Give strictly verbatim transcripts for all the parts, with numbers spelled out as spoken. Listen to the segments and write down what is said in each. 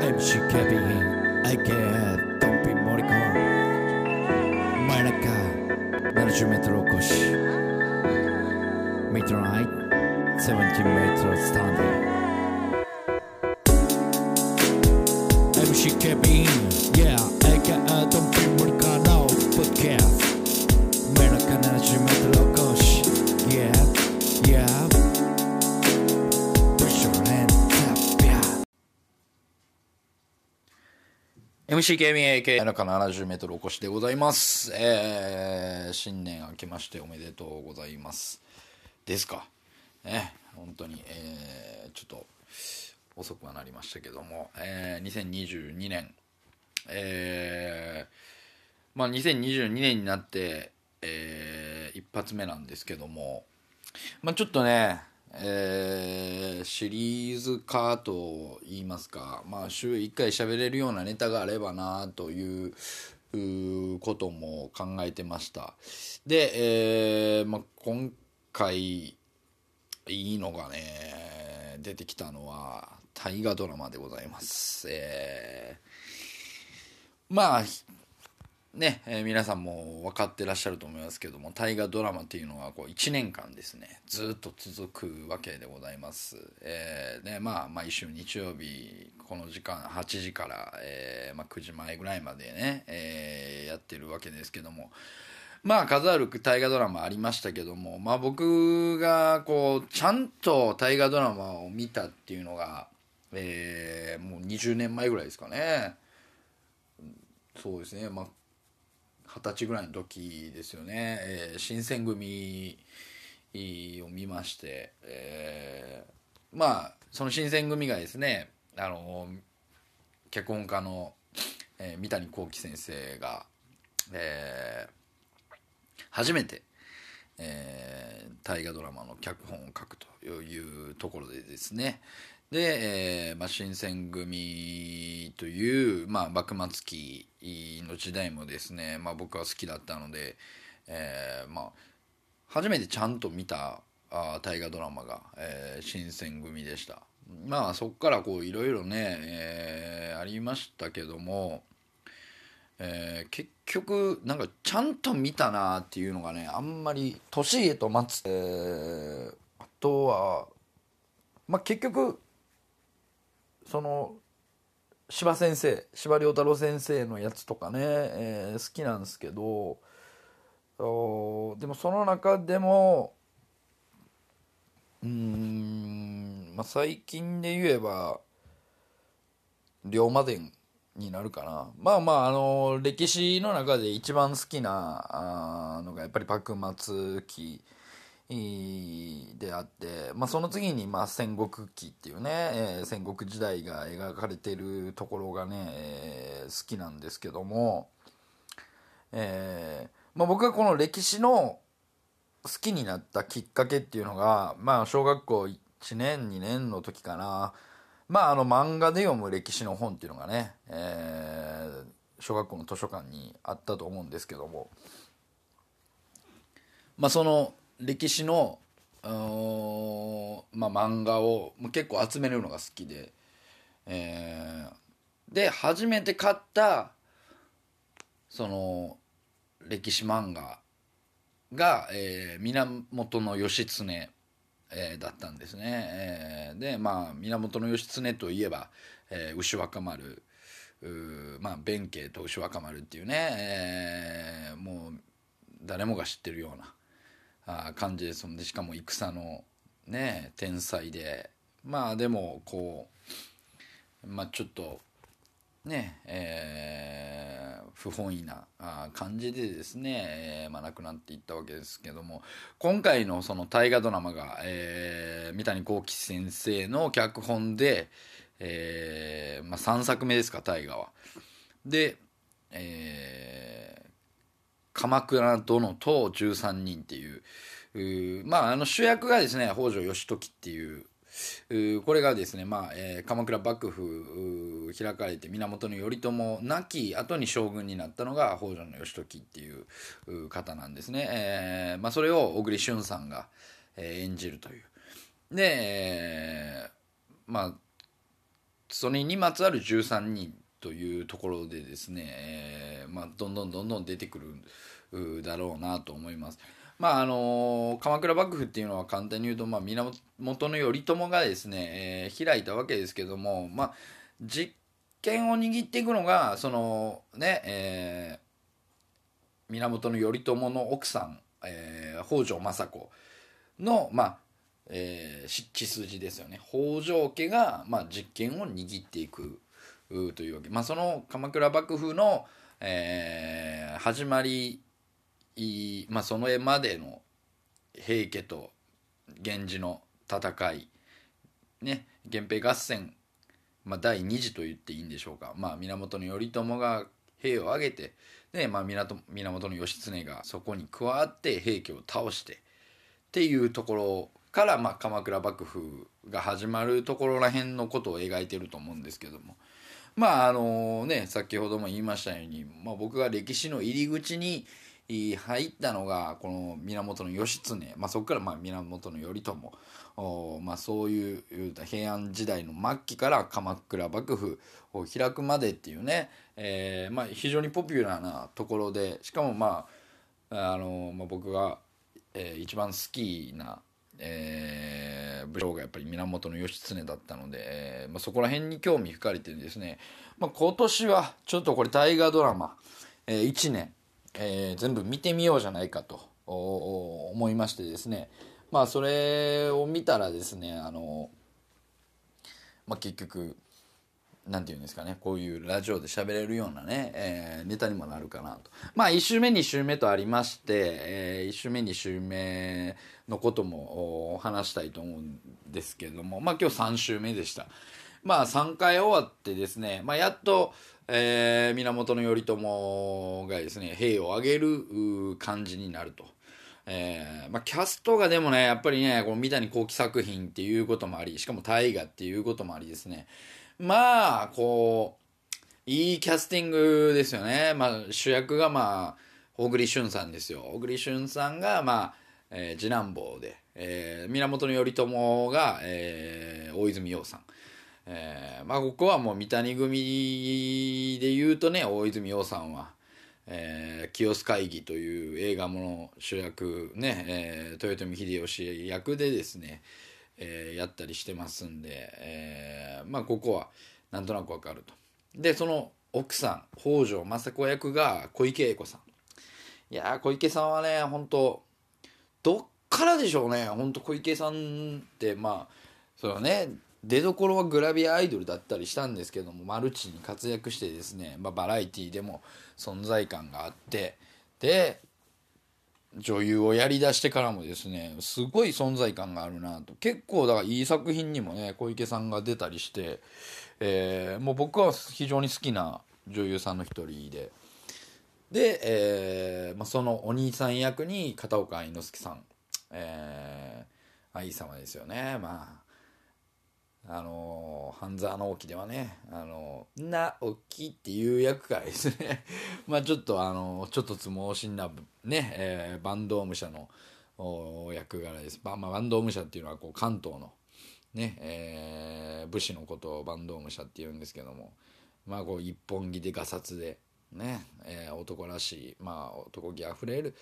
エムシー ケビン I get ドンピンモリコン真夜中ななじゅうメートル越しミッドナイトじゅうななメートルスタンディング エムシー ケビン Yeah I get ドンピンモリコンのポッドキャスト真夜中ななじゅうメートル越し Yeah Yeahエムシー ケービン エーケー 中ななじゅうメートルお越しでございます、えー、新年明けましておめでとうございますですかね本当に、えー、ちょっと遅くはなりましたけども、えー、にせんにじゅうにねん、えー、まあにせんにじゅうにねんになって、えー、一発目なんですけども、まあちょっとねえー、シリーズ化と言いますか、まあ、週いっかい喋れるようなネタがあればなということも考えてました。で、えーまあ、今回いいのがね出てきたのは大河ドラマでございます。えー、まあねえー、皆さんも分かってらっしゃると思いますけども大河ドラマっていうのはこういちねんかんですねずっと続くわけでございます、えー、でまあ毎週日曜日この時間はちじから、えーまあ、くじまえぐらいまでね、えー、やってるわけですけどもまあ数ある大河ドラマありましたけどもまあ僕がこうちゃんと大河ドラマを見たっていうのが、えー、もうにじゅうねんまえぐらいですかねそうですねまあ二十歳ぐらいの時ですよね、えー、新選組を見まして、えー、まあその新選組がですねあの脚本家の、えー、三谷幸喜先生が、えー、初めて、えー、大河ドラマの脚本を書くというところでですねで、えーまあ、新選組という、まあ、幕末期の時代もですね、まあ、僕は好きだったので、えーまあ、初めてちゃんと見たあ大河ドラマが、えー、新選組でした。まあそこからこういろいろね、えー、ありましたけども、えー、結局なんかちゃんと見たなっていうのがねあんまり年へと待つ、えー、あとはまあ結局その司馬先生司馬遼太郎先生のやつとかね、えー、好きなんですけどでもその中でもうーん、まあ、最近で言えば龍馬伝になるかなまあまああの歴史の中で一番好きなあのがやっぱり幕末期であって、まあ、その次にまあ戦国期っていうね、えー、戦国時代が描かれてるところがね、えー、好きなんですけども、えーまあ、僕がこの歴史の好きになったきっかけっていうのが、まあ、小学校いちねんにねんの時かな、まあ、あの漫画で読む歴史の本っていうのがね、えー、小学校の図書館にあったと思うんですけども、まあ、その歴史のまあ、漫画を結構集めるのが好きで、えー、で初めて買ったその歴史漫画が、えー、源義経、えー、だったんですね、えー、でまあ源義経といえば、えー、牛若丸まあ弁慶と牛若丸っていうね、えー、もう誰もが知ってるようなあ感じです。でしかも戦のね天才でまあでもこうまあちょっとねえー、不本意な感じでですね、えーまあ、亡くなっていったわけですけども今回のその大河ドラマが、えー、三谷幸喜先生の脚本で、えーまあ、さんさくめですか大河は。で、えー、鎌倉殿とじゅうさんにんっていうまあ、あの主役がですね北条義時っていうこれがですね、まあえー、鎌倉幕府開かれて源頼朝亡き後に将軍になったのが北条義時っていう方なんですね、えーまあ、それを小栗旬さんが、えー、演じるというで、えー、まあそれにまつわるじゅうさんにんというところでですね、えーまあ、どんどんどんどん出てくるだろうなと思います。まああの鎌倉幕府っていうのは簡単に言うと、まあ、源頼朝がですね、えー開いたわけですけども、まあ、実権を握っていくのがそのね、えー源頼朝の奥さん、えー北条政子の、まあえー血筋ですよね。北条家が、まあ、実権を握っていくというわけ、まあ、その鎌倉幕府の、えー始まり、まあ、その絵までの平家と源氏の戦い、ね、源平合戦、まあ、だいに次と言っていいんでしょうか、まあ、源頼朝が兵を挙げてで、まあ、源義経がそこに加わって平家を倒してっていうところから、まあ、鎌倉幕府が始まるところらへんのことを描いてると思うんですけども、まああのね、先ほども言いましたように、まあ、僕が歴史の入り口に入ったのがこの源義経、まあ、そこからまあ源頼朝、まあ、そういう平安時代の末期から鎌倉幕府を開くまでっていうね、えーまあ、非常にポピュラーなところで、しかもまああの、まあ、僕が、えー、一番好きな、えー、武将がやっぱり源義経だったので、えーまあ、そこら辺に興味惹かれてですね、まあ、今年はちょっとこれ大河ドラマ、えー、いちねん、えー、全部見てみようじゃないかと思いましてですね、まあそれを見たらですね、あの、まあ、結局なんていうんですかね、こういうラジオで喋れるようなね、えー、ネタにもなるかなと。まあいち週目に週目とありまして、えー、いち週目に週目のことも話したいと思うんですけれども、まあ今日さん週目でした。まあさんかい終わってですね、まあ、やっと、えー、源頼朝がですね兵を挙げる感じになると。えーまあ、キャストがでもねやっぱりねこの三谷幸喜作品っていうこともあり、しかも大河っていうこともありですね、まあこういいキャスティングですよね。まあ、主役がまあ小栗旬さんですよ。小栗旬さんがまあ、えー次男坊で、えー源頼朝が、えー大泉洋さん、えーまあここはもう三谷組で言うとね、大泉洋さんは、えー清須会議という映画もの主役ね、えー豊臣秀吉役でですね、えーやったりしてますんで、えーまあここはなんとなくわかると。でその奥さん北条政子役が小池栄子さん。いやー小池さんはね本当どっからでしょうね。本当小池さんってまあそのね出どころはグラビアアイドルだったりしたんですけども、マルチに活躍してですね、まあ、バラエティーでも存在感があって、で女優をやりだしてからもですねすごい存在感があるなと。結構だからいい作品にもね小池さんが出たりして、えーもう僕は非常に好きな女優さんの一人で、で、えーまあ、そのお兄さん役に片岡愛之助さん、えー、愛様ですよね。まああの半沢直樹ではね、あの直樹っていう役からですねまあちょっとあのちょっとつ盲信なね、えー、坂東武者の役柄です。まあ、まあ、坂東武者っていうのはこう関東のね、えー武士のことを坂東武者っていうんですけども、まあこう一本気でガサツでね、えー男らしい、まあ男気あふれる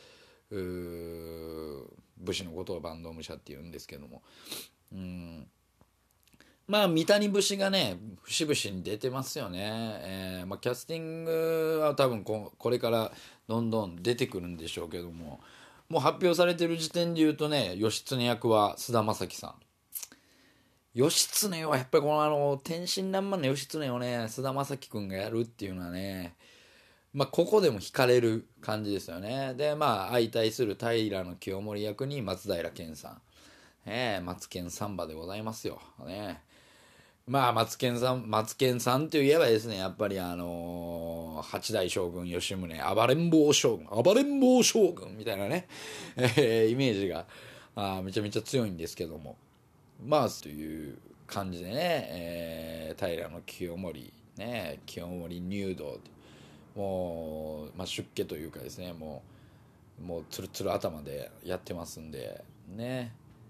武士のことを坂東武者っていうんですけども、うんまあ三谷節がね節々に出てますよね。えーまあ、キャスティングは多分ここれからどんどん出てくるんでしょうけども、もう発表されてる時点で言うとね義経役は菅田将暉さん。義経はやっぱりこのあの天真爛漫な義経をね菅田将暉君がやるっていうのはね、まあここでも惹かれる感じですよね。でまあ相対する平清盛役に松平健さん、えー、マツケンサンバでございますよね。まあ、マツケンさん、マツケンさんといえばですね、やっぱりあのー、八代将軍吉宗、暴れん坊将軍、暴れん坊将軍みたいなね、えーイメージがあーめちゃめちゃ強いんですけども、まあ、という感じでね、えー、平清盛、ね、清盛入道、もう、まあ、出家というかですね、もう、もう、つるつる頭でやってますんで、ね。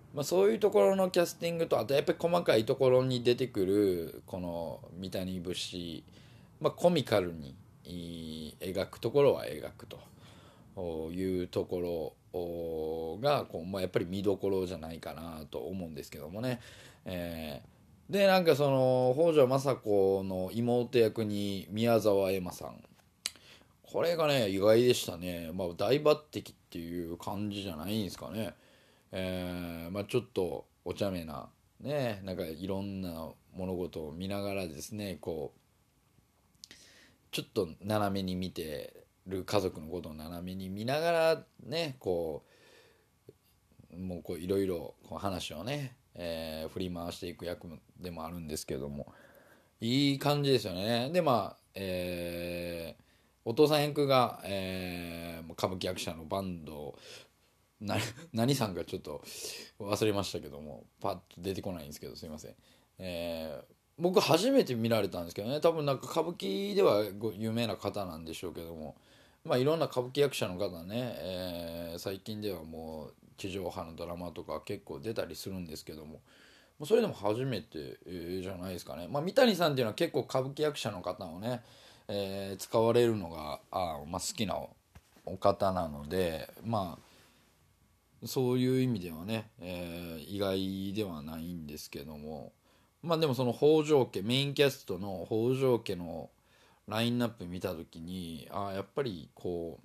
まあ、そういうところのキャスティングと、あとやっぱり細かいところに出てくるこの三谷節、まあ、コミカルに描くところは描くというところがこう、まあ、やっぱり見どころじゃないかなと思うんですけどもね。えーでなんかその北条政子の妹役に宮沢エマさん、これがね意外でしたね。まあ、大抜擢っていう感じじゃないんですかね。えーまあ、ちょっとお茶目なね、なんかいろんな物事を見ながらですね、こうちょっと斜めに見てる家族のことを斜めに見ながらね、こうもうこういろいろこう話をね、えー振り回していく役でもあるんですけども、いい感じですよね。でまあ、えーお父さん役が、えー歌舞伎役者の坂東な何さんかちょっと忘れましたけども、パッと出てこないんですけどすいません。えー僕初めて見られたんですけどね、多分なんか歌舞伎ではご有名な方なんでしょうけども、まあいろんな歌舞伎役者の方ね、えー最近ではもう地上波のドラマとか結構出たりするんですけども、もうそれでも初めて、えーじゃないですかね。まあ三谷さんっていうのは結構歌舞伎役者の方をね、えー使われるのがあ、まあ、好きなお方なので、まあそういう意味ではね、えー意外ではないんですけども、まあでもその北条家メインキャストの北条家のラインナップ見た時に、あやっぱりこう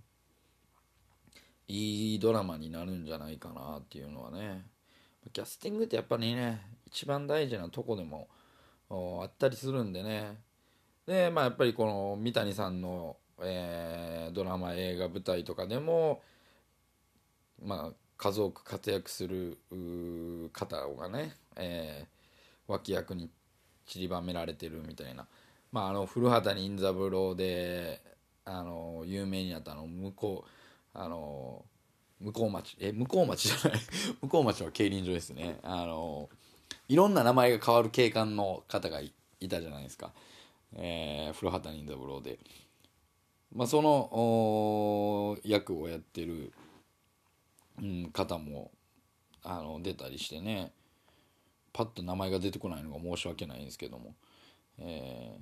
いいドラマになるんじゃないかなっていうのはね。キャスティングってやっぱりね一番大事なとこでもあったりするんでね。でまあやっぱりこの三谷さんの、えードラマ映画舞台とかでもまあ数多く活躍する方がね、えー脇役に散りばめられてるみたいな、まああの古畑任三郎であの有名になったあの向こうあの向こう町え向こう町じゃない向こう町は競輪場ですね。あのいろんな名前が変わる警官の方が い, いたじゃないですか、えー古畑任三郎で、まあ、その役をやってる、うん、方もあの出たりしてね、パッと名前が出てこないのが申し訳ないんですけども、え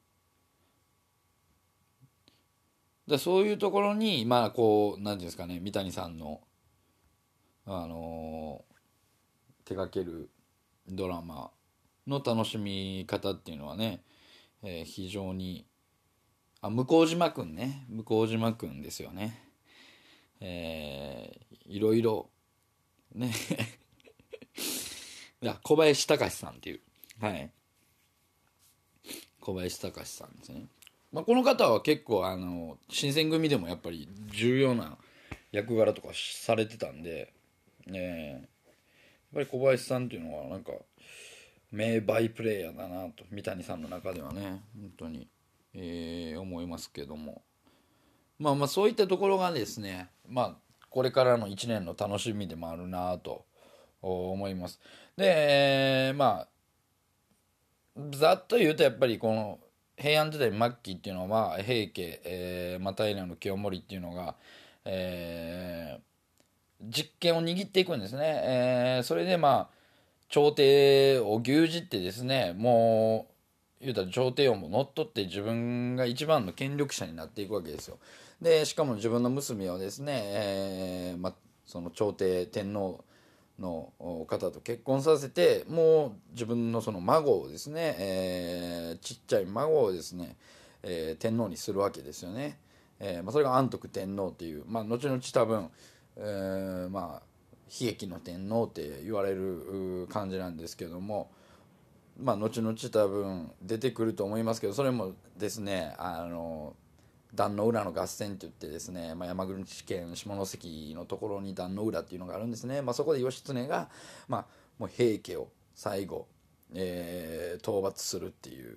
ー、でそういうところにまあこう何ていうんですかね、三谷さんの、あのー手掛けるドラマの楽しみ方っていうのはね、えー非常にあ向島くんね向島くんですよね。えー、いろいろねいや小林隆さんっていう、はい小林隆さんですね。まあ、この方は結構あの新選組でもやっぱり重要な役柄とかされてたんで、ね、やっぱり小林さんっていうのはなんか名バイプレーヤーだなと三谷さんの中ではね本当に、えー思いますけども、まあまあそういったところがですね、まあこれからのいちねんの楽しみでもあるなと思います。で、えーまあざっと言うとやっぱりこの平安時代末期っていうのは平家、えー、又平の清盛っていうのが、えー実権を握っていくんですね。えーそれでまあ朝廷を牛耳ってですね、もう言うたら朝廷をも乗っ取って自分が一番の権力者になっていくわけですよ。でしかも自分の娘をですね、えーまあ、その朝廷天皇の方と結婚させて、もう自分のその孫をですね、えーちっちゃい孫をですね、えー天皇にするわけですよね。えーまあ、それが安徳天皇っていう、まあ、後々多分、えーまあ悲劇の天皇って言われる感じなんですけども、まあ後々多分出てくると思いますけど、それもですねあの壇の浦の合戦って言ってですね、まあ、山口県下関のところに壇の浦っていうのがあるんですね。まあ、そこで義経が、まあ、もう平家を最後、えー討伐するっていう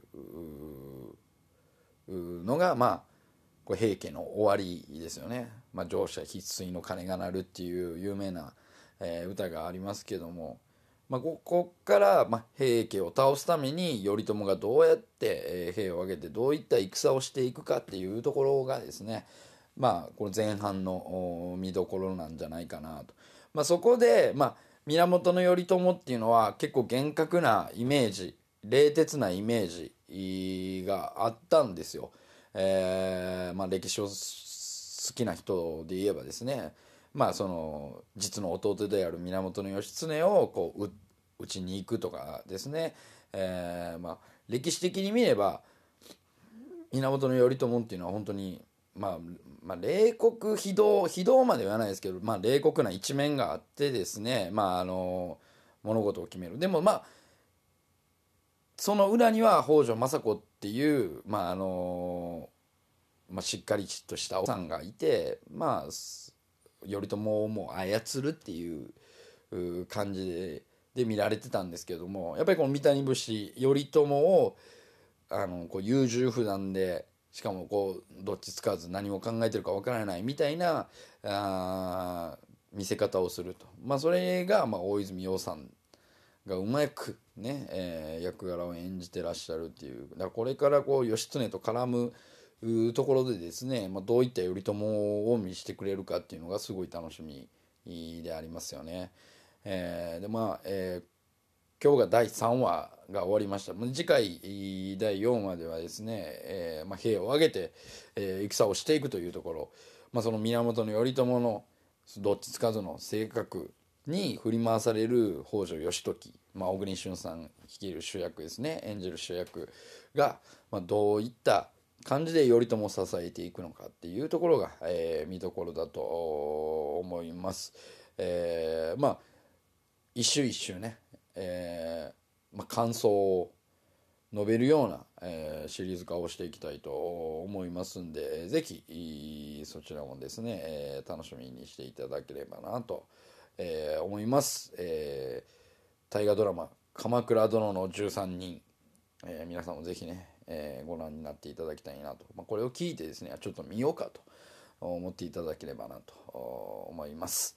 のが、まあ、これ平家の終わりですよね。まあ、乗車必須の鐘が鳴るっていう有名な、えー歌がありますけども、まあ、ここから、まあ、平家を倒すために頼朝がどうやって、えー兵を挙げてどういった戦をしていくかっていうところがですね、まあ、この前半の見どころなんじゃないかなと。まあ、そこで、まあ源頼朝っていうのは結構厳格なイメージ、冷徹なイメージがあったんですよ。えーまあ、歴史を好きな人で言えばですね、まあその実の弟である源義経をこう討ちに行くとかですね、えーまあ、歴史的に見れば源頼朝っていうのは本当に、まあ、まあ冷酷非道非道までは言わないですけど、まあ、冷酷な一面があってですね、まあ、あの物事を決める。でもまあその裏には北条政子っていう、まああのまあ、しっかりとした奥さんがいて、まあ頼朝をもう操るっていう感じでで見られてたんですけども、やっぱりこの三谷節頼朝をあのこう優柔不断で、しかもこうどっちつかず何を考えてるかわからないみたいなあ見せ方をすると、まあ、それがまあ大泉洋さんがうまくね、えー役柄を演じてらっしゃるっていう。だからこれからこう義経と絡むところでですね、まあ、どういった頼朝を見せてくれるかっていうのがすごい楽しみでありますよね。えーでまあ、えー今日がだいさんわが終わりました。次回だいよんわではですね、えーまあ、兵を挙げて、えー戦をしていくというところ、まあ、その源頼朝のどっちつかずの性格に振り回される北条義時、まあ、小栗旬さん率いる主役ですね、演じる主役が、まあ、どういった感じで頼朝を支えていくのかっていうところが、えー見どころだと思います。えーまあ一周一周ね、えーまあ、感想を述べるような、えーシリーズ化をしていきたいと思いますんで、ぜひそちらもですね、えー楽しみにしていただければなと、えー思います。えー大河ドラマ「鎌倉殿のじゅうさんにん」、えー皆さんもぜひね、えーご覧になっていただきたいなと、まあ、これを聞いてですねちょっと見ようかと思っていただければなと思います。